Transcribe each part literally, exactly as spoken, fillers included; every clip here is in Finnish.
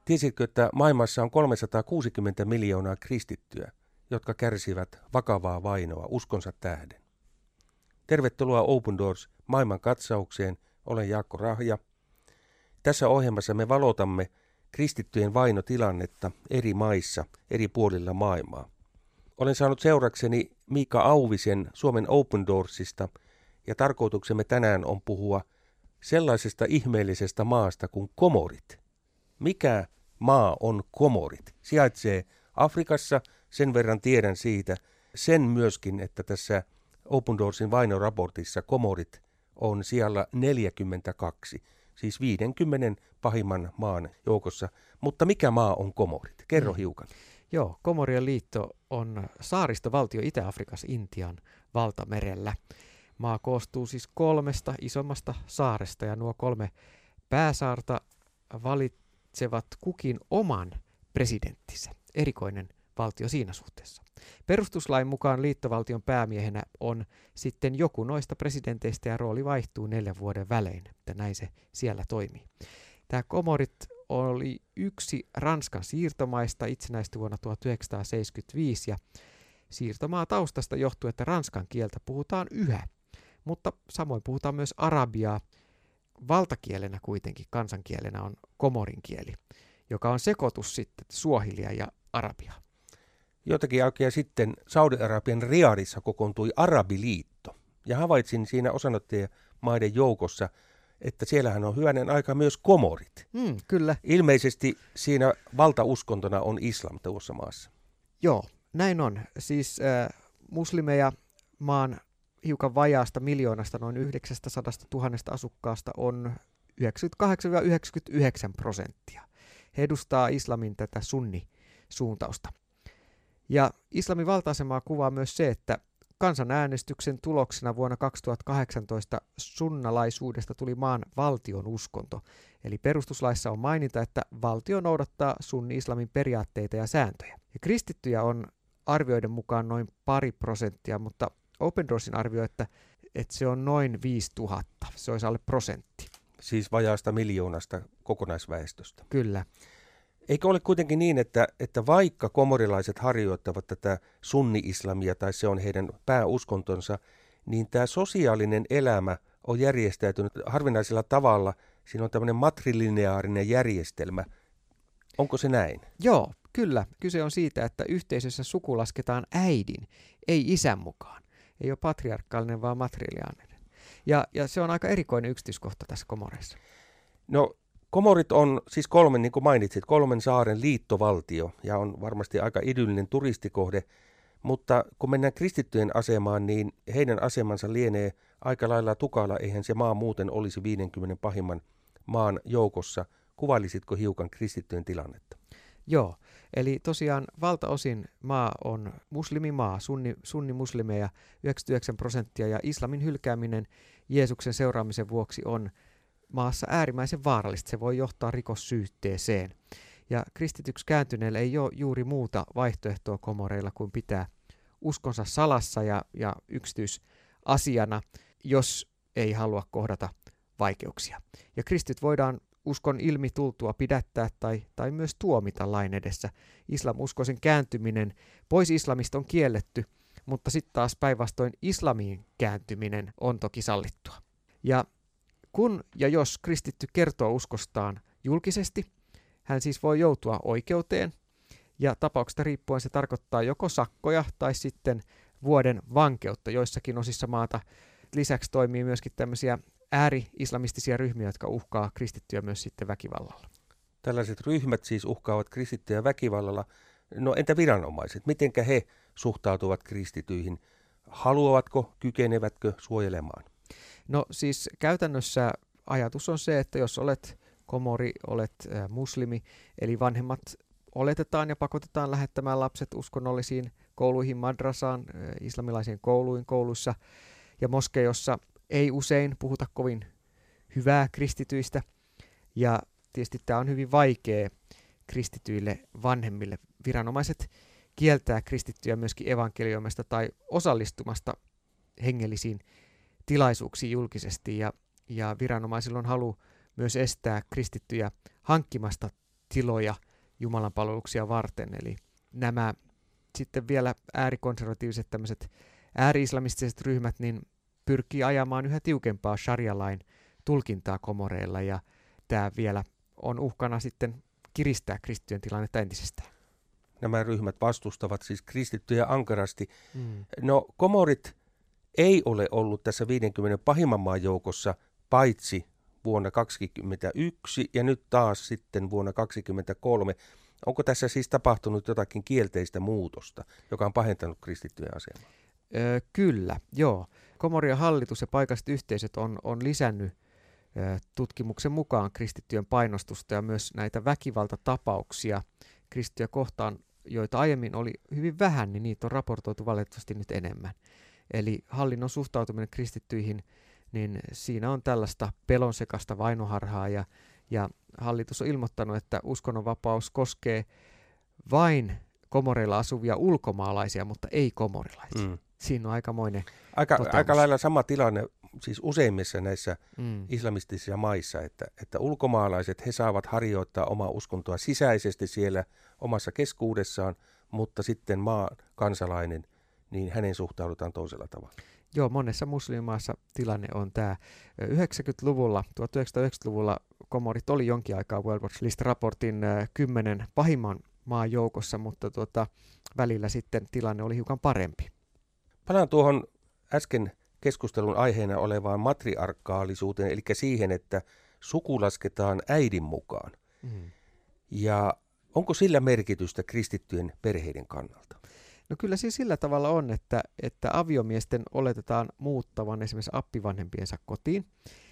Tiesitkö, että maailmassa on kolmesataakuusikymmentä miljoonaa kristittyä, jotka kärsivät vakavaa vainoa uskonsa tähden? Tervetuloa Open Doors maailman katsaukseen. Olen Jaakko Rahja. Tässä ohjelmassa me valotamme kristittyjen vainotilannetta eri maissa, eri puolilla maailmaa. Olen saanut seurakseni Miika Auvisen Suomen Open Doorsista, ja tarkoituksemme tänään on puhua sellaisesta ihmeellisestä maasta kuin Komorit. Mikä maa on Komorit? Sijaitsee Afrikassa, sen verran tiedän siitä. Sen myöskin, että tässä Open Doorsin vainoraportissa Komorit on siellä neljäkymmentäkaksi, siis viidenkymmenen pahimman maan joukossa. Mutta mikä maa on Komorit? Kerro mm. hiukan. Joo, Komorien liitto on saaristovaltio Itä-Afrikassa Intian valtamerellä. Maa koostuu siis kolmesta isommasta saaresta, ja nuo kolme pääsaarta valitsevat kukin oman presidenttinsä. Erikoinen valtio siinä suhteessa. Perustuslain mukaan liittovaltion päämiehenä on sitten joku noista presidenteistä, ja rooli vaihtuu neljän vuoden välein, että näin se siellä toimii. Tämä Komorit oli yksi Ranskan siirtomaista, itsenäistyi vuonna tuhatyhdeksänsataaseitsemänkymmentäviisi, ja siirtomaa taustasta johtuu, että ranskan kieltä puhutaan yhä, mutta samoin puhutaan myös arabiaa. Valtakielenä kuitenkin, kansankielenä on komorin kieli, joka on sekoitus sitten suohilia ja arabiaa. Jotakin aikaa sitten Saudi-Arabian Riyadissa kokoontui Arabiliitto, ja havaitsin siinä osanottajamaiden joukossa, että siellähän on hyvänen aika myös Komorit. Mm, kyllä. Ilmeisesti siinä valtauskontona on islam tuossa maassa. Joo, näin on. Siis äh, muslimeja maan hiukan vajaasta miljoonasta, noin yhdeksänsataatuhatta asukkaasta on yhdeksänkymmentäkahdeksan yhdeksänkymmentäyhdeksän prosenttia. He edustaa islamin tätä sunnisuuntausta. Ja islamin valta-asemaa kuvaa myös se, että kansanäänestyksen tuloksena vuonna kaksituhattakahdeksantoista sunnalaisuudesta tuli maan valtion uskonto. Eli perustuslaissa on maininta, että valtio noudattaa sunni-islamin periaatteita ja sääntöjä. Ja kristittyjä on arvioiden mukaan noin pari prosenttia, mutta Open Doorsin arvioi, että, että se on noin viisituhatta. Se olisi alle prosentti. Siis vajaasta miljoonasta kokonaisväestöstä. Kyllä. Eikö ole kuitenkin niin, että, että vaikka komorilaiset harjoittavat tätä sunni-islamia tai se on heidän pääuskontonsa, niin tämä sosiaalinen elämä on järjestäytynyt harvinaisella tavalla. Siinä on tämmöinen matrilineaarinen järjestelmä. Onko se näin? Joo, kyllä. Kyse on siitä, että yhteisössä suku lasketaan äidin, ei isän mukaan. Ei ole patriarkaalinen, vaan matriliaarinen. Ja, ja se on aika erikoinen yksityiskohta tässä Komoreissa. No, Komorit on siis kolmen, niin kuin mainitsit, kolmen saaren liittovaltio ja on varmasti aika idyllinen turistikohde, mutta kun mennään kristittyjen asemaan, niin heidän asemansa lienee aika lailla tukala, eihän se maa muuten olisi viidenkymmenen pahimman maan joukossa. Kuvailisitko hiukan kristittyjen tilannetta? Joo, eli tosiaan valtaosin maa on muslimimaa, sunni, sunnimuslimeja yhdeksänkymmentäyhdeksän prosenttia, ja islamin hylkääminen Jeesuksen seuraamisen vuoksi on maassa äärimmäisen vaarallista. Se voi johtaa rikossyytteeseen. Ja kristityksi kääntyneellä ei ole juuri muuta vaihtoehtoa Komoreilla kuin pitää uskonsa salassa ja, ja yksityisasiana, jos ei halua kohdata vaikeuksia. Ja kristityt voidaan uskon ilmi tultua pidättää tai, tai myös tuomita lain edessä. Islamuskoisen kääntyminen pois islamista on kielletty, mutta sitten taas päinvastoin islamiin kääntyminen on toki sallittua. Ja kun ja jos kristitty kertoo uskostaan julkisesti, hän siis voi joutua oikeuteen, ja tapauksesta riippuen se tarkoittaa joko sakkoja tai sitten vuoden vankeutta joissakin osissa maata. Lisäksi toimii myöskin tämmöisiä ääri-islamistisia ryhmiä, jotka uhkaa kristittyjä myös sitten väkivallalla. Tällaiset ryhmät siis uhkaavat kristittyjä väkivallalla. No entä viranomaiset? Mitenkä he suhtautuvat kristityihin? Haluavatko, kykenevätkö suojelemaan? No siis käytännössä ajatus on se, että jos olet komori, olet äh, muslimi, eli vanhemmat oletetaan ja pakotetaan lähettämään lapset uskonnollisiin kouluihin, madrasaan, äh, islamilaisiin kouluihin, kouluissa ja moskeijossa ei usein puhuta kovin hyvää kristityistä, ja tietysti tämä on hyvin vaikea kristityille vanhemmille. Viranomaiset kieltää kristittyjä myöskin evankelioimasta tai osallistumasta hengellisiin tilaisuuksiin julkisesti, ja, ja viranomaisilla on halu myös estää kristittyjä hankkimasta tiloja Jumalan palveluksia varten. Eli nämä sitten vielä äärikonservatiiviset tämmöiset ääri-islamistiset ryhmät niin pyrkii ajamaan yhä tiukempaa sharia-lain tulkintaa Komoreilla, ja tämä vielä on uhkana sitten kiristää kristittyjen tilannetta entisestään. Nämä ryhmät vastustavat siis kristittyjä ankarasti. Mm. No, Komorit ei ole ollut tässä viidenkymmenen pahimman maan joukossa, paitsi vuonna kaksikymmentäyksi ja nyt taas sitten vuonna kaksikymmentäkolme. Onko tässä siis tapahtunut jotakin kielteistä muutosta, joka on pahentanut kristittyjen asemaa? Öö, kyllä, joo. Komorien hallitus ja paikalliset yhteisöt on, on lisännyt ö, tutkimuksen mukaan kristittyjen painostusta ja myös näitä väkivaltatapauksia kristittyjä kohtaan, joita aiemmin oli hyvin vähän, niin niitä on raportoitu valitettavasti nyt enemmän. Eli hallinnon suhtautuminen kristittyihin, niin siinä on tällaista pelonsekasta vainoharhaa, ja, ja hallitus on ilmoittanut, että uskonnonvapaus koskee vain Komoreilla asuvia ulkomaalaisia, mutta ei komorilaisia. Mm. Siinä on aikamoinen Aika, aika lailla sama tilanne siis useimmissa näissä mm. islamistisissa maissa, että, että ulkomaalaiset, he saavat harjoittaa omaa uskontoa sisäisesti siellä omassa keskuudessaan, mutta sitten maan kansalainen, niin hänen suhtaudutaan toisella tavalla. Joo, monessa muslimimaassa tilanne on tämä. yhdeksänkymmentäluvulla, tuhatyhdeksänsataayhdeksänkymmentäluvulla Komorit oli jonkin aikaa World Watch List-raportin kymmenen pahimman maan joukossa, mutta tuota, välillä sitten tilanne oli hiukan parempi. Palaan tuohon äsken keskustelun aiheena olevaan matriarkaalisuuteen, eli siihen, että suku lasketaan äidin mukaan. Mm. Ja onko sillä merkitystä kristittyjen perheiden kannalta? No kyllä siis sillä tavalla on, että, että aviomiesten oletetaan muuttavan esimerkiksi appivanhempiensa kotiin,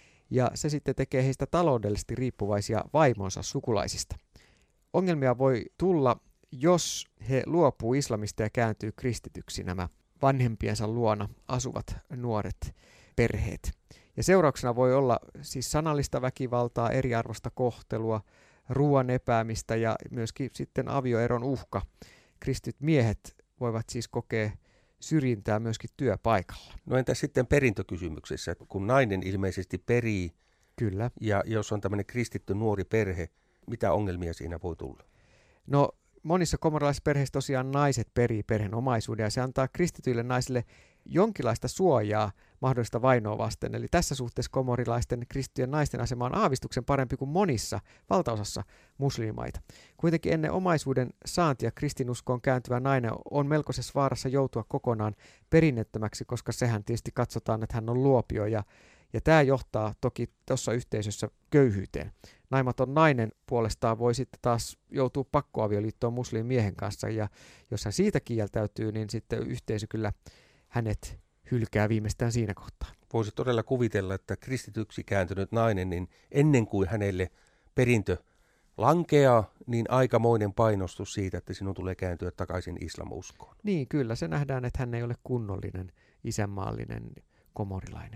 ja se sitten tekee heistä taloudellisesti riippuvaisia vaimonsa sukulaisista. Ongelmia voi tulla, jos he luopuu islamista ja kääntyy kristityksi, nämä vanhempiensa luona asuvat nuoret perheet. Ja seurauksena voi olla siis sanallista väkivaltaa, eriarvoista kohtelua, ruoan epäämistä ja myöskin sitten avioeron uhka. Kristityt miehet voivat siis kokea syrjintää myöskin työpaikalla. No entä sitten perintökysymyksessä, kun nainen ilmeisesti perii, Kyllä. Ja jos on tämmöinen kristitty nuori perhe, mitä ongelmia siinä voi tulla? No monissa komorilaisissa perheissä tosiaan naiset perii perheen omaisuuden, ja se antaa kristityille naisille jonkinlaista suojaa mahdollista vainoa vasten. Eli tässä suhteessa komorilaisten kristittyjen naisten asema on aavistuksen parempi kuin monissa valtaosassa muslimimaita. Kuitenkin ennen omaisuuden saantia kristinuskoon kääntyvä nainen on melkoisessa vaarassa joutua kokonaan perinnettömäksi, koska sehän tietysti katsotaan, että hän on luopio, ja, ja tämä johtaa toki tuossa yhteisössä köyhyyteen. Naimaton nainen puolestaan voi sitten taas joutua pakkoavioliittoon muslimimiehen kanssa, ja jos hän siitä kieltäytyy, niin sitten yhteisö kyllä hänet hylkää viimeistään siinä kohtaa. Voisi todella kuvitella, että kristityksi kääntynyt nainen, niin ennen kuin hänelle perintö lankeaa, niin aikamoinen painostus siitä, että sinun tulee kääntyä takaisin islamuskoon. Niin, kyllä. Se nähdään, että hän ei ole kunnollinen, isänmaallinen komorilainen.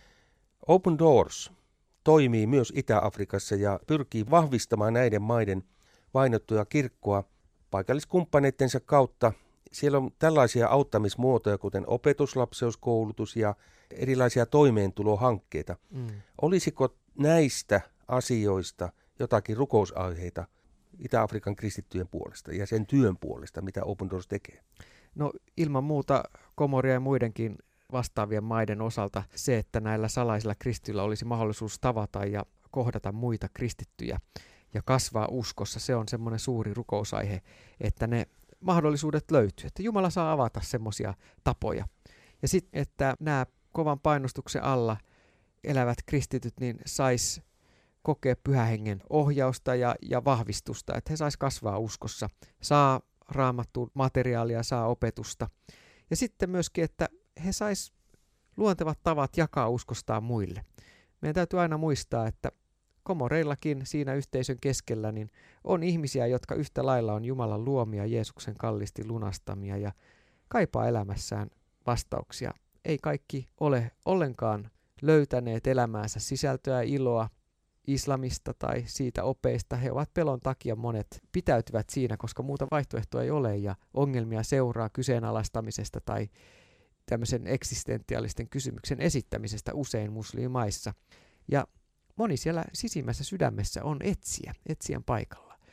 Open Doors toimii myös Itä-Afrikassa ja pyrkii vahvistamaan näiden maiden vainottuja kirkkoa paikalliskumppaneittensa kautta. Siellä on tällaisia auttamismuotoja, kuten opetuslapseuskoulutus ja erilaisia toimeentulohankkeita. Mm. Olisiko näistä asioista jotakin rukousaiheita Itä-Afrikan kristittyjen puolesta ja sen työn puolesta, mitä Open Doors tekee? No ilman muuta Komoria ja muidenkin vastaavien maiden osalta se, että näillä salaisilla kristityillä olisi mahdollisuus tavata ja kohdata muita kristittyjä ja kasvaa uskossa, se on semmoinen suuri rukousaihe, että ne mahdollisuudet löytyy, että Jumala saa avata semmoisia tapoja. Ja sitten, että nämä kovan painostuksen alla elävät kristityt niin sais kokea Pyhän Hengen ohjausta ja, ja vahvistusta, että he sais kasvaa uskossa, saa raamattua materiaalia, saa opetusta. Ja sitten myöskin, että he sais luontevat tavat jakaa uskostaan muille. Meidän täytyy aina muistaa, että Komoreillakin siinä yhteisön keskellä niin on ihmisiä, jotka yhtä lailla on Jumalan luomia, Jeesuksen kallisti lunastamia ja kaipaa elämässään vastauksia. Ei kaikki ole ollenkaan löytäneet elämäänsä sisältöä ja iloa islamista tai siitä opeista. He ovat pelon takia monet pitäytyvät siinä, koska muuta vaihtoehtoa ei ole ja ongelmia seuraa kyseenalaistamisesta tai tämmöisen eksistentiaalisten kysymyksen esittämisestä usein muslimimaissa. Ja moni siellä sisimmässä sydämessä on etsiä, etsijän paikalla.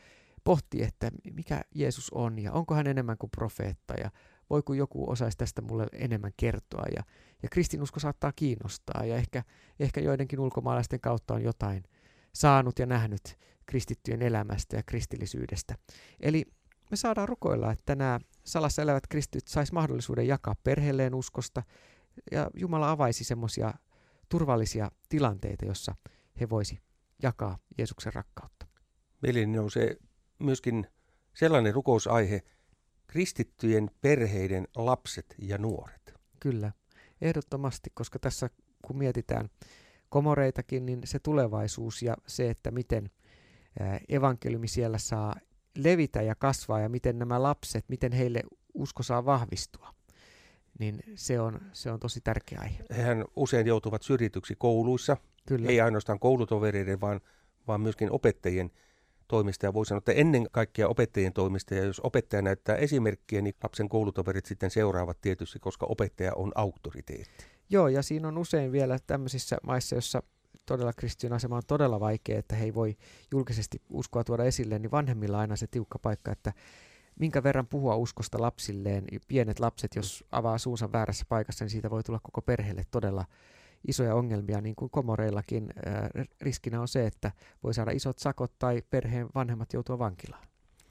pohti, että mikä Jeesus on ja onko hän enemmän kuin profeetta ja voiko joku osaisi tästä mulle enemmän kertoa. Ja, ja kristinusko saattaa kiinnostaa ja ehkä, ehkä joidenkin ulkomaalaisten kautta on jotain saanut ja nähnyt kristittyjen elämästä ja kristillisyydestä. Eli me saadaan rukoilla, että nämä salassa elävät kristityt sais mahdollisuuden jakaa perheelleen uskosta ja Jumala avaisi semmoisia turvallisia tilanteita, jossa he voisi jakaa Jeesuksen rakkautta. Mieleeni nousee myöskin sellainen rukousaihe, kristittyjen perheiden lapset ja nuoret. Kyllä, ehdottomasti, koska tässä kun mietitään komoreitakin, niin se tulevaisuus ja se, että miten evankeliumi siellä saa levitä ja kasvaa ja miten nämä lapset, miten heille usko saa vahvistua, niin se on, se on tosi tärkeä aihe. Hehän usein joutuvat syrjityksi kouluissa, Kyllä. ei ainoastaan koulutovereiden, vaan, vaan myöskin opettajien toimista. Ja voi sanoa, että ennen kaikkea opettajien toimista, ja jos opettaja näyttää esimerkkiä, niin lapsen koulutoverit sitten seuraavat tietysti, koska opettaja on auktoriteetti. Joo, ja siinä on usein vielä tämmöisissä maissa, jossa todella kristityn asema on todella vaikea, että he ei voi julkisesti uskoa tuoda esille, niin vanhemmilla aina se tiukka paikka, että minkä verran puhua uskosta lapsilleen. Pienet lapset, jos avaa suunsa väärässä paikassa, niin siitä voi tulla koko perheelle todella isoja ongelmia, niin kuin komoreillakin. Ää, riskinä on se, että voi saada isot sakot tai perheen vanhemmat joutua vankilaan.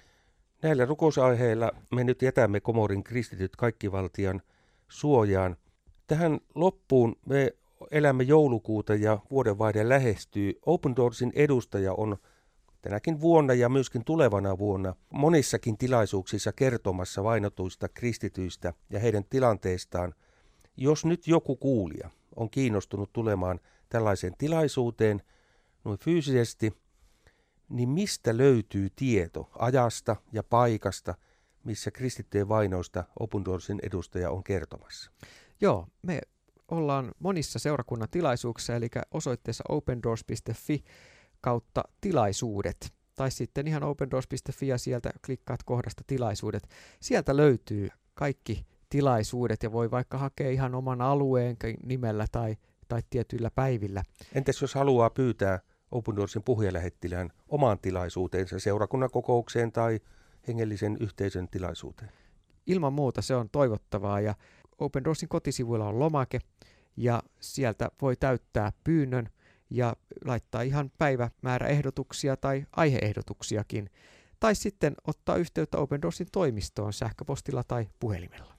Näillä rukousaiheilla me nyt jätämme Komorin kristityt kaikkivaltian suojaan. Tähän loppuun me elämme joulukuuta ja vuodenvaihde lähestyy. Open Doorsin edustaja on tänäkin vuonna ja myöskin tulevana vuonna monissakin tilaisuuksissa kertomassa vainotuista kristityistä ja heidän tilanteestaan. Jos nyt joku kuulija on kiinnostunut tulemaan tällaiseen tilaisuuteen noin fyysisesti, niin mistä löytyy tieto ajasta ja paikasta, missä kristittyjen vainoista Open Doorsin edustaja on kertomassa? Joo, me ollaan monissa seurakunnan tilaisuuksissa, eli osoitteessa opendoors piste fi kautta tilaisuudet. Tai sitten ihan opendoors piste fi ja sieltä klikkaat kohdasta tilaisuudet. Sieltä löytyy kaikki tilaisuudet ja voi vaikka hakea ihan oman alueen nimellä tai, tai tietyillä päivillä. Entäs jos haluaa pyytää Open Doorsin puhujalähettilään omaan tilaisuuteensa, seurakunnan kokoukseen tai hengellisen yhteisön tilaisuuteen? Ilman muuta se on toivottavaa ja Open Doorsin kotisivuilla on lomake ja sieltä voi täyttää pyynnön ja laittaa ihan päivämääräehdotuksia tai aiheehdotuksiakin. Tai sitten ottaa yhteyttä Open Doorsin toimistoon sähköpostilla tai puhelimella.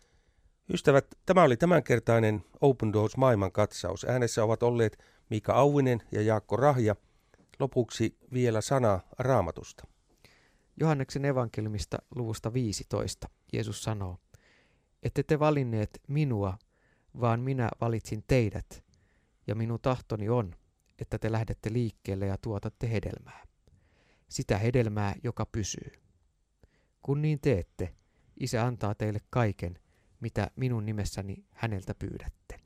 Ystävät, tämä oli tämänkertainen Open Doors maailmankatsaus. Äänessä ovat olleet Miika Auvinen ja Jaakko Rahja. Lopuksi vielä sana Raamatusta. Johanneksen evankeliumista luvusta viisitoista Jeesus sanoo, ette te valinneet minua, vaan minä valitsin teidät, ja minun tahtoni on, että te lähdette liikkeelle ja tuotatte hedelmää. Sitä hedelmää, joka pysyy. Kun niin teette, Isä antaa teille kaiken, mitä minun nimessäni häneltä pyydätte.